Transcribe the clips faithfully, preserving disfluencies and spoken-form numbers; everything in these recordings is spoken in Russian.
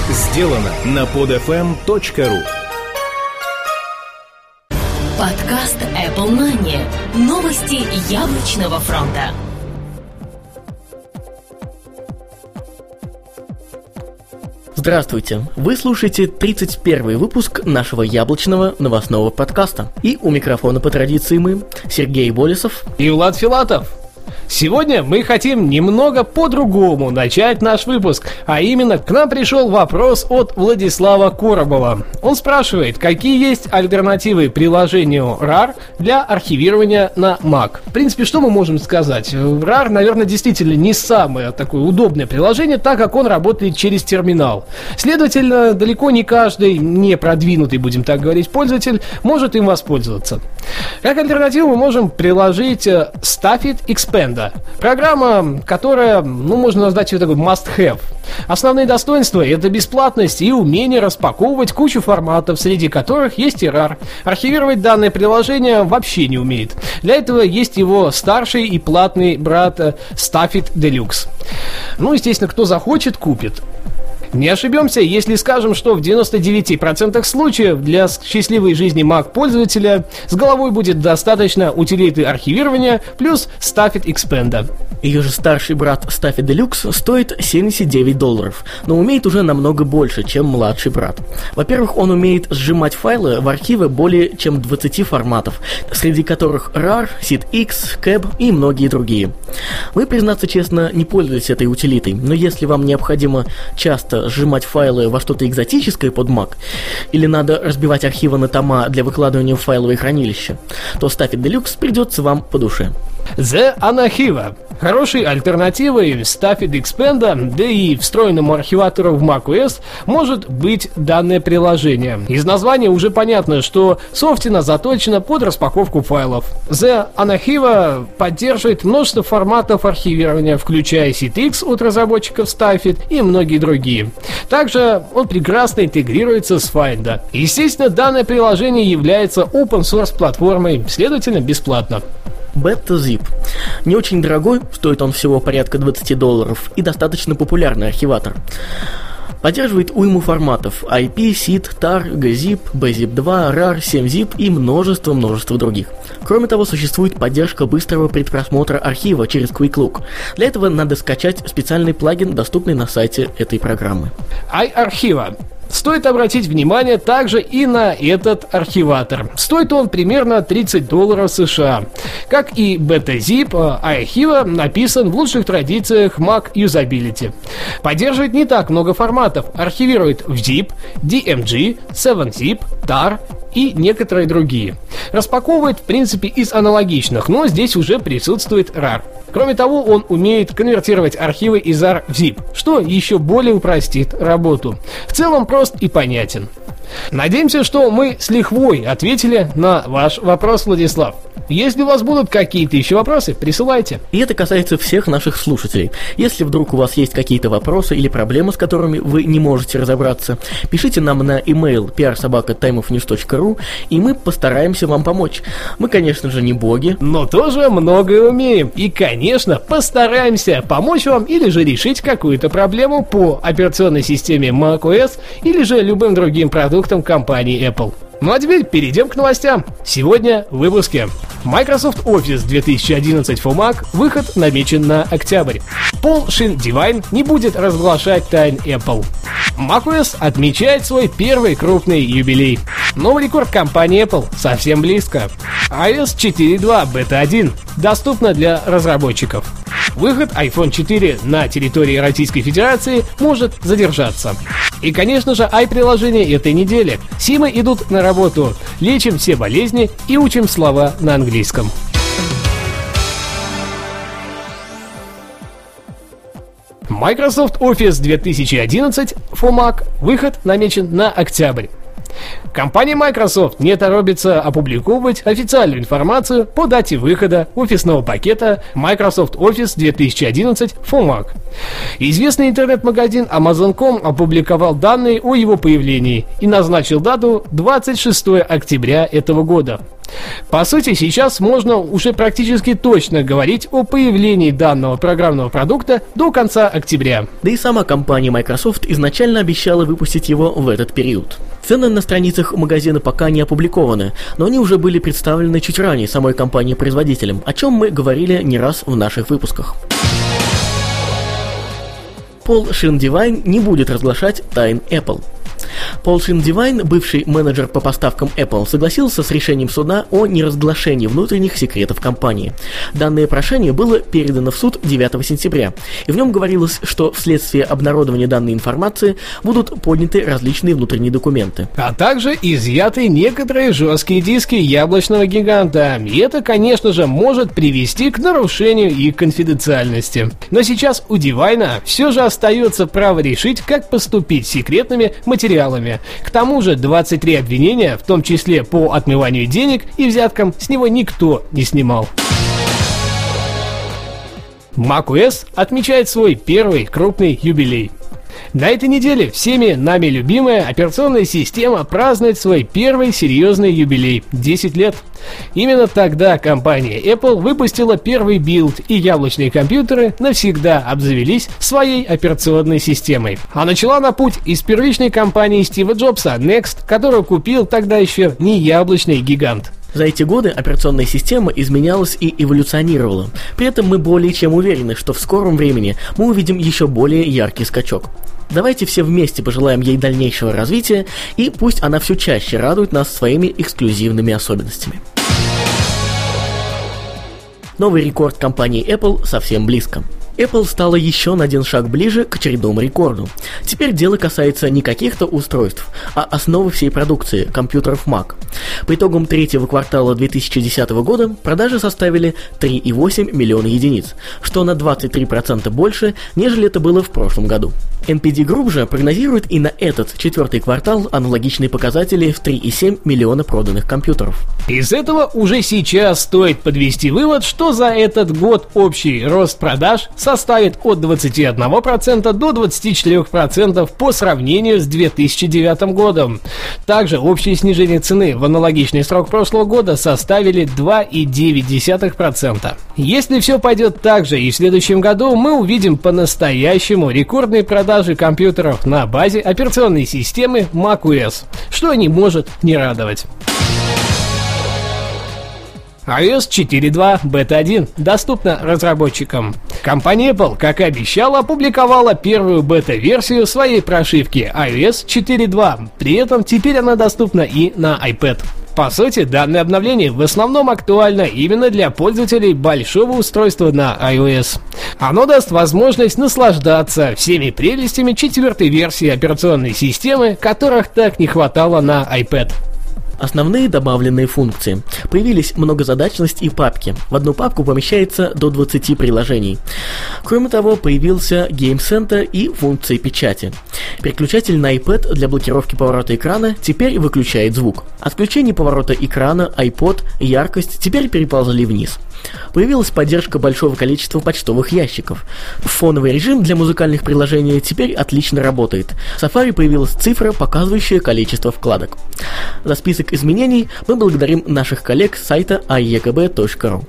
Сделано на под эф эм точка ру. Подкаст Apple Money. Новости яблочного фронта. Здравствуйте! Вы слушаете тридцать первый выпуск нашего яблочного новостного подкаста. И у микрофона по традиции мы, Сергей Болесов и Влад Филатов. Сегодня мы хотим немного по-другому начать наш выпуск, а именно к нам пришел вопрос от Владислава Коробова. Он спрашивает, какие есть альтернативы приложению рар для архивирования на Mac. В принципе, что мы можем сказать? рар, наверное, действительно не самое такое удобное приложение, так как он работает через терминал. Следовательно, далеко не каждый не продвинутый, будем так говорить, пользователь может им воспользоваться. Как альтернативу мы можем приложить Staffit Expanda. Программа, которая, ну, можно назвать ее такой must-have. Основные достоинства — это бесплатность и умение распаковывать кучу форматов, среди которых есть и рар. Архивировать данное приложение вообще не умеет. Для этого есть его старший и платный брат Staffit Deluxe. Ну, естественно, кто захочет, купит. Не ошибемся, если скажем, что в девяноста девяти процентах случаев для счастливой жизни Mac-пользователя с головой будет достаточно утилиты архивирования плюс Staffit Expanda. Ее же старший брат Staffit Deluxe стоит семьдесят девять долларов, но умеет уже намного больше, чем младший брат. Во-первых, он умеет сжимать файлы в архивы более чем двадцати форматов, среди которых рар, сид-икс, кэб и многие другие. Мы, признаться честно, не пользуемся этой утилитой, но если вам необходимо часто сжимать файлы во что-то экзотическое под Mac, или надо разбивать архивы на тома для выкладывания в файловые хранилища, то Staffit Deluxe придется вам по душе. The Anahiva. Хорошей альтернативой Staffit Expanda, да и встроенному архиватору в macOS может быть данное приложение. Из названия уже понятно, что софтина заточена под распаковку файлов. The Anahiva поддерживает множество форматов архивирования, включая сид-икс от разработчиков Staffit и многие другие. Также он прекрасно интегрируется с Find. Естественно, данное приложение является open-source платформой, следовательно, бесплатно. BetaZip. Не очень дорогой, стоит он всего порядка двадцать долларов, и достаточно популярный архиватор. Поддерживает уйму форматов: ай пи, сид, тар, джзип, би зип два, рар, семь зип и множество-множество других. Кроме того, существует поддержка быстрого предпросмотра архива через Quick Look. Для этого надо скачать специальный плагин, доступный на сайте этой программы. iArchiva. Стоит обратить внимание также и на этот архиватор. Стоит он примерно тридцать долларов США. Как и BetaZip, iArchiva написан в лучших традициях Mac Usability. Поддерживает не так много форматов. Архивирует в zip, ди эм джи, семь зип, тар и некоторые другие. Распаковывает, в принципе, из аналогичных, но здесь уже присутствует рар. Кроме того, он умеет конвертировать архивы из рар в zip, что еще более упростит работу. В целом прост и понятен. Надеемся, что мы с лихвой ответили на ваш вопрос, Владислав. Если у вас будут какие-то еще вопросы, присылайте. И это касается всех наших слушателей. Если вдруг у вас есть какие-то вопросы или проблемы, с которыми вы не можете разобраться, пишите нам на email пи ар собака тайм оф ньюс точка ру, и мы постараемся вам помочь. Мы, конечно же, не боги, но тоже многое умеем. И, конечно, постараемся помочь вам или же решить какую-то проблему по операционной системе macOS или же любым другим продуктам компании Apple. Ну а теперь перейдем к новостям. Сегодня в выпуске. Microsoft Office две тысячи одиннадцать for Mac, выход намечен на октябрь. Пол Шиндивайн не будет разглашать тайн Apple. macOS отмечает свой первый крупный юбилей. Новый рекорд компании Apple совсем близко. ай о эс четыре точка два бета один доступна для разработчиков. Выход айфон четыре на территории Российской Федерации может задержаться. И, конечно же, i-приложение этой недели. Симы идут на работу. Лечим все болезни и учим слова на английском. Microsoft Office две тысячи одиннадцать for Mac, выход намечен на октябрь. Компания Microsoft не торопится опубликовывать официальную информацию по дате выхода офисного пакета Microsoft Office две тысячи одиннадцать for Mac. Известный интернет-магазин Amazon точка ком опубликовал данные о его появлении и назначил дату двадцать шестого октября этого года. По сути, сейчас можно уже практически точно говорить о появлении данного программного продукта до конца октября. Да и сама компания Microsoft изначально обещала выпустить его в этот период. Цены на страницах магазина пока не опубликованы, но они уже были представлены чуть ранее самой компанией-производителем, о чем мы говорили не раз в наших выпусках. Пол Шиндивайн не будет разглашать тайн Apple. Пол Шиндивайн, бывший менеджер по поставкам Apple, согласился с решением суда о неразглашении внутренних секретов компании. Данное прошение было передано в суд девятого сентября, и в нем говорилось, что вследствие обнародования данной информации будут подняты различные внутренние документы. А также изъяты некоторые жесткие диски яблочного гиганта, и это, конечно же, может привести к нарушению их конфиденциальности. Но сейчас у Дивайна все же остается право решить, как поступить с секретными материалами. К тому же двадцать три обвинения, в том числе по отмыванию денег и взяткам, с него никто не снимал. macOS отмечает свой первый крупный юбилей. На этой неделе всеми нами любимая операционная система празднует свой первый серьезный юбилей – десять лет. Именно тогда компания Apple выпустила первый билд, и яблочные компьютеры навсегда обзавелись своей операционной системой. А начала на путь из первичной компании Стива Джобса Next, которую купил тогда еще не яблочный гигант. За эти годы операционная система изменялась и эволюционировала. При этом мы более чем уверены, что в скором времени мы увидим еще более яркий скачок. Давайте все вместе пожелаем ей дальнейшего развития, и пусть она все чаще радует нас своими эксклюзивными особенностями. Новый рекорд компании Apple совсем близко. Apple стала еще на один шаг ближе к очередному рекорду. Теперь дело касается не каких-то устройств, а основы всей продукции – компьютеров Mac. По итогам третьего квартала две тысячи десятого года продажи составили три и восемь миллиона единиц, что на двадцать три процента больше, нежели это было в прошлом году. эн пи ди Group же прогнозирует и на этот четвертый квартал аналогичные показатели в три и семь миллиона проданных компьютеров. Из этого уже сейчас стоит подвести вывод, что за этот год общий рост продаж составит от двадцати одного процента до двадцати четырёх процентов по сравнению с две тысячи девятым годом. Также общее снижение цены в аналогичный срок прошлого года составили два и девять десятых процента. Если все пойдет так же и в следующем году, мы увидим по-настоящему рекордные продажи компьютеров на базе операционной системы macOS, что не может не радовать. iOS четыре точка два бета один доступна разработчикам. Компания Apple, как и обещала, опубликовала первую бета-версию своей прошивки iOS четыре точка два. При этом теперь она доступна и на iPad. По сути, данное обновление в основном актуально именно для пользователей большого устройства на iOS. Оно даст возможность наслаждаться всеми прелестями четвертой версии операционной системы, которых так не хватало на iPad. Основные добавленные функции. Появились многозадачность и папки. В одну папку помещается до двадцати приложений. Кроме того, появился Game Center и функции печати. Переключатель на iPad для блокировки поворота экрана теперь выключает звук. Отключение поворота экрана, iPod, яркость теперь переползли вниз. Появилась поддержка большого количества почтовых ящиков. Фоновый режим для музыкальных приложений теперь отлично работает. В Safari появилась цифра, показывающая количество вкладок. За список изменений мы благодарим наших коллег с сайта ай и кей би точка ру.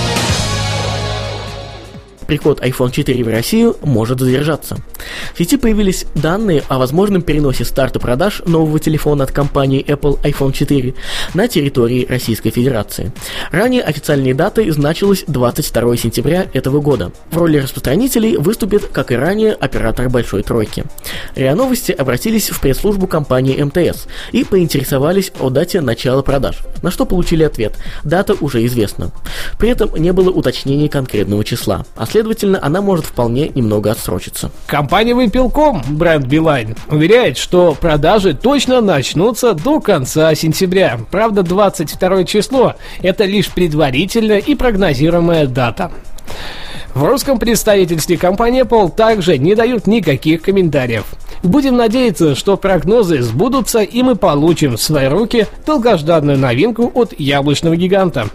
Приход айфон четыре в Россию может задержаться. В сети появились данные о возможном переносе старта продаж нового телефона от компании Apple айфон четыре на территории Российской Федерации. Ранее официальной датой значилось двадцать второго сентября этого года. В роли распространителей выступит, как и ранее, оператор Большой Тройки. РИА Новости обратились в пресс-службу компании эм тэ эс и поинтересовались о дате начала продаж, на что получили ответ: дата уже известна. При этом не было уточнения конкретного числа, а следовательно, она может вполне немного отсрочиться. Компания Вимпелком, бренд Билайн, уверяет, что продажи точно начнутся до конца сентября. Правда, двадцать второе число – это лишь предварительная и прогнозируемая дата. В русском представительстве компании Apple также не дают никаких комментариев. Будем надеяться, что прогнозы сбудутся, и мы получим в свои руки долгожданную новинку от яблочного гиганта.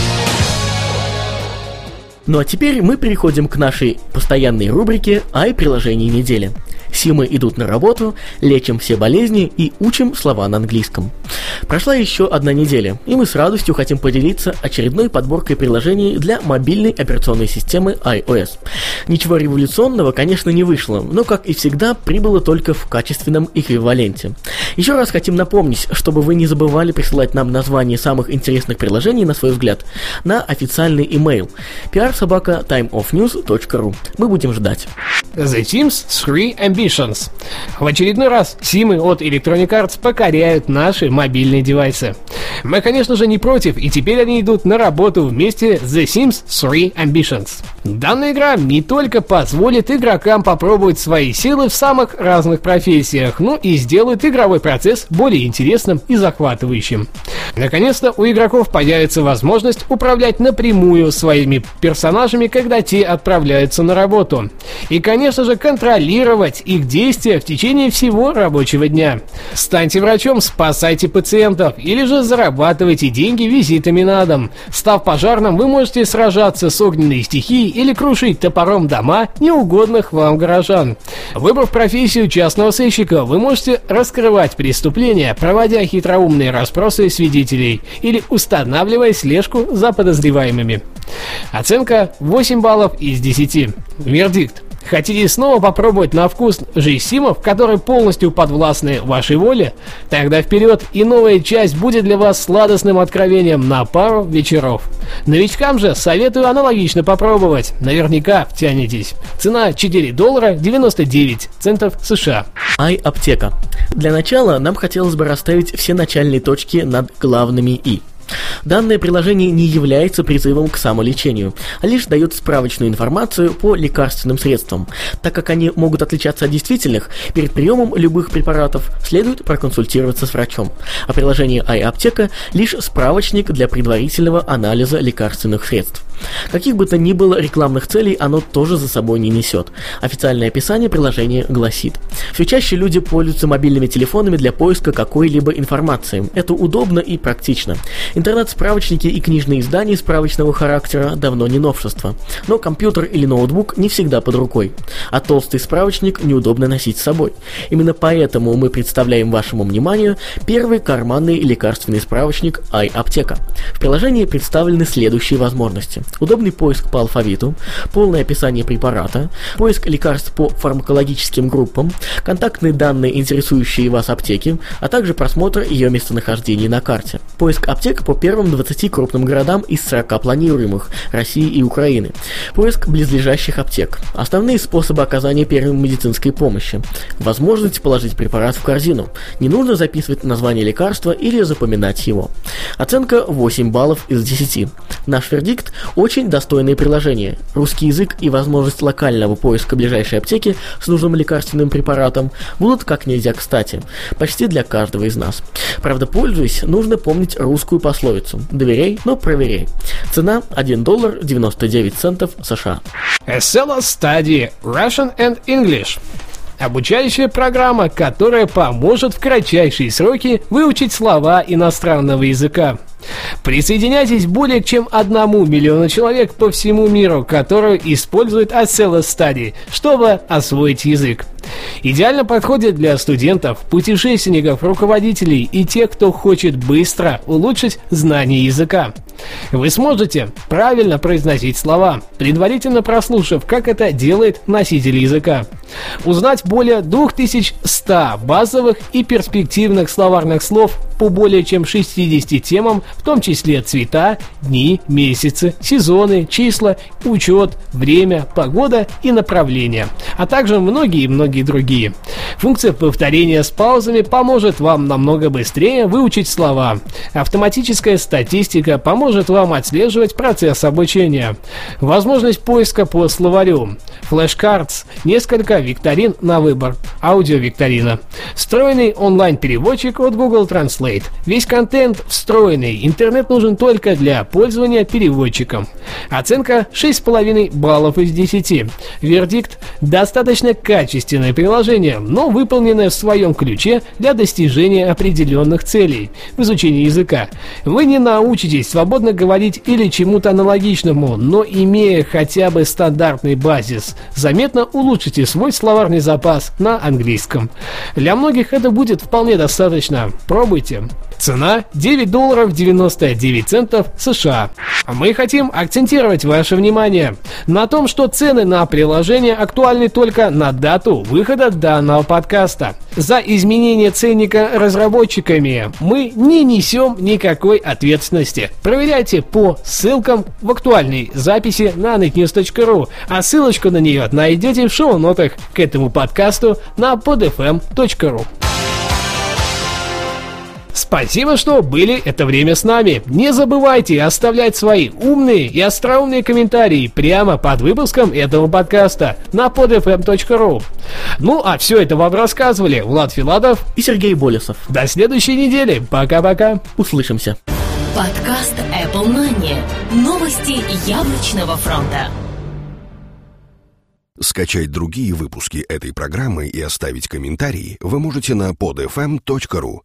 Ну а теперь мы переходим к нашей постоянной рубрике «Ай-приложение недели». Симы идут на работу, лечим все болезни и учим слова на английском. Прошла еще одна неделя, и мы с радостью хотим поделиться очередной подборкой приложений для мобильной операционной системы iOS. Ничего революционного, конечно, не вышло, но, как и всегда, прибыло только в качественном эквиваленте. Еще раз хотим напомнить, чтобы вы не забывали присылать нам названия самых интересных приложений, на свой взгляд, на официальный имейл пи ар собака тайм оф ньюс точка ру. Мы будем ждать. The Sims три Ambitions. В очередной раз симы от Electronic Arts покоряют наши мобильные девайсы. Мы, конечно же, не против, и теперь они идут на работу вместе с The Sims три Ambitions. Данная игра не только позволит игрокам попробовать свои силы в самых разных профессиях, но и сделает игровой процесс более интересным и захватывающим. Наконец-то у игроков появится возможность управлять напрямую своими персонажами, когда те отправляются на работу. И, конечно же, контролировать их действия в течение всего рабочего дня. Станьте врачом, спасайте пациентов, или же зарабатывайте деньги визитами на дом. Став пожарным, вы можете сражаться с огненной стихией или крушить топором дома неугодных вам горожан. Выбрав профессию частного сыщика, вы можете раскрывать преступления, проводя хитроумные расспросы свидетелей или устанавливая слежку за подозреваемыми. Оценка восемь баллов из десяти. Вердикт. Хотите снова попробовать на вкус жизнь симов, которые полностью подвластны вашей воле? Тогда вперед, и новая часть будет для вас сладостным откровением на пару вечеров. Новичкам же советую аналогично попробовать, наверняка втянетесь. Цена четыре доллара девяносто девять центов США. iApteka. Для начала нам хотелось бы расставить все начальные точки над главными «и». Данное приложение не является призывом к самолечению, а лишь дает справочную информацию по лекарственным средствам. Так как они могут отличаться от действительных, перед приемом любых препаратов следует проконсультироваться с врачом. А приложение iApteka лишь справочник для предварительного анализа лекарственных средств. Каких бы то ни было рекламных целей оно тоже за собой не несет. Официальное описание приложения гласит: все чаще люди пользуются мобильными телефонами для поиска какой-либо информации. Это удобно и практично. Интернет-справочники и книжные издания справочного характера давно не новшество. Но компьютер или ноутбук не всегда под рукой. А толстый справочник неудобно носить с собой. Именно поэтому мы представляем вашему вниманию первый карманный лекарственный справочник iApteka. В приложении представлены следующие возможности: удобный поиск по алфавиту, полное описание препарата, поиск лекарств по фармакологическим группам, контактные данные, интересующие вас аптеки, а также просмотр ее местонахождения на карте. Поиск аптек по первым двадцати крупным городам из сорока планируемых России и Украины. Поиск близлежащих аптек. Основные способы оказания первой медицинской помощи. Возможность положить препарат в корзину. Не нужно записывать название лекарства или запоминать его. Оценка восемь баллов из десяти. Наш вердикт: очень достойное приложение. Русский язык и возможность локального поиска ближайшей аптеки с нужным лекарственным препаратом будут как нельзя кстати. Почти для каждого из нас. Правда, пользуясь, нужно помнить русскую пословицу: доверяй, но проверяй. Цена один доллар девяносто девять центов США. Acela Study Russian and English. Обучающая программа, которая поможет в кратчайшие сроки выучить слова иностранного языка. Присоединяйтесь более чем одному миллиону человек по всему миру, которые используют Acela Study, чтобы освоить язык. Идеально подходит для студентов, путешественников, руководителей и тех, кто хочет быстро улучшить знание языка. Вы сможете правильно произносить слова, предварительно прослушав, как это делает носитель языка. Узнать более две тысячи сто базовых и перспективных словарных слов по более чем шестидесяти темам, в том числе цвета, дни, месяцы, сезоны, числа, учет, время, погода и направление, а также многие-многие другие. Функция повторения с паузами поможет вам намного быстрее выучить слова. Автоматическая статистика поможет вам отслеживать процесс обучения. Возможность поиска по словарю. Flashcards, несколько викторин на выбор, аудиовикторина. Встроенный онлайн-переводчик от Google Translate. Весь контент встроенный, интернет нужен только для пользования переводчиком. Оценка шесть с половиной баллов из десяти. Вердикт: достаточно качественное приложение, но выполненное в своем ключе для достижения определенных целей в изучении языка. Вы не научитесь свободно говорить или чему-то аналогичному, но имея хотя бы стандартный базис, заметно улучшите свой словарный запас на английском. Для многих это будет вполне достаточно. Пробуйте. Цена девять долларов девяносто девять центов США. Мы хотим акцентировать ваше внимание на том, что цены на приложение актуальны только на дату выхода данного подкаста. За изменение ценника разработчиками мы не несем никакой ответственности. Проверяйте по ссылкам в актуальной записи на нетньюз точка ру, а ссылочку на нее найдете в шоу-нотах к этому подкасту на под эф эм точка ру. Спасибо, что были это время с нами. Не забывайте оставлять свои умные и остроумные комментарии прямо под выпуском этого подкаста на под эф эм точка ру. Ну, а все это вам рассказывали Влад Филатов и Сергей Болесов. До следующей недели. Пока-пока. Услышимся. Подкаст Apple Money. Новости яблочного фронта. Скачать другие выпуски этой программы и оставить комментарии вы можете на под эф эм точка ру.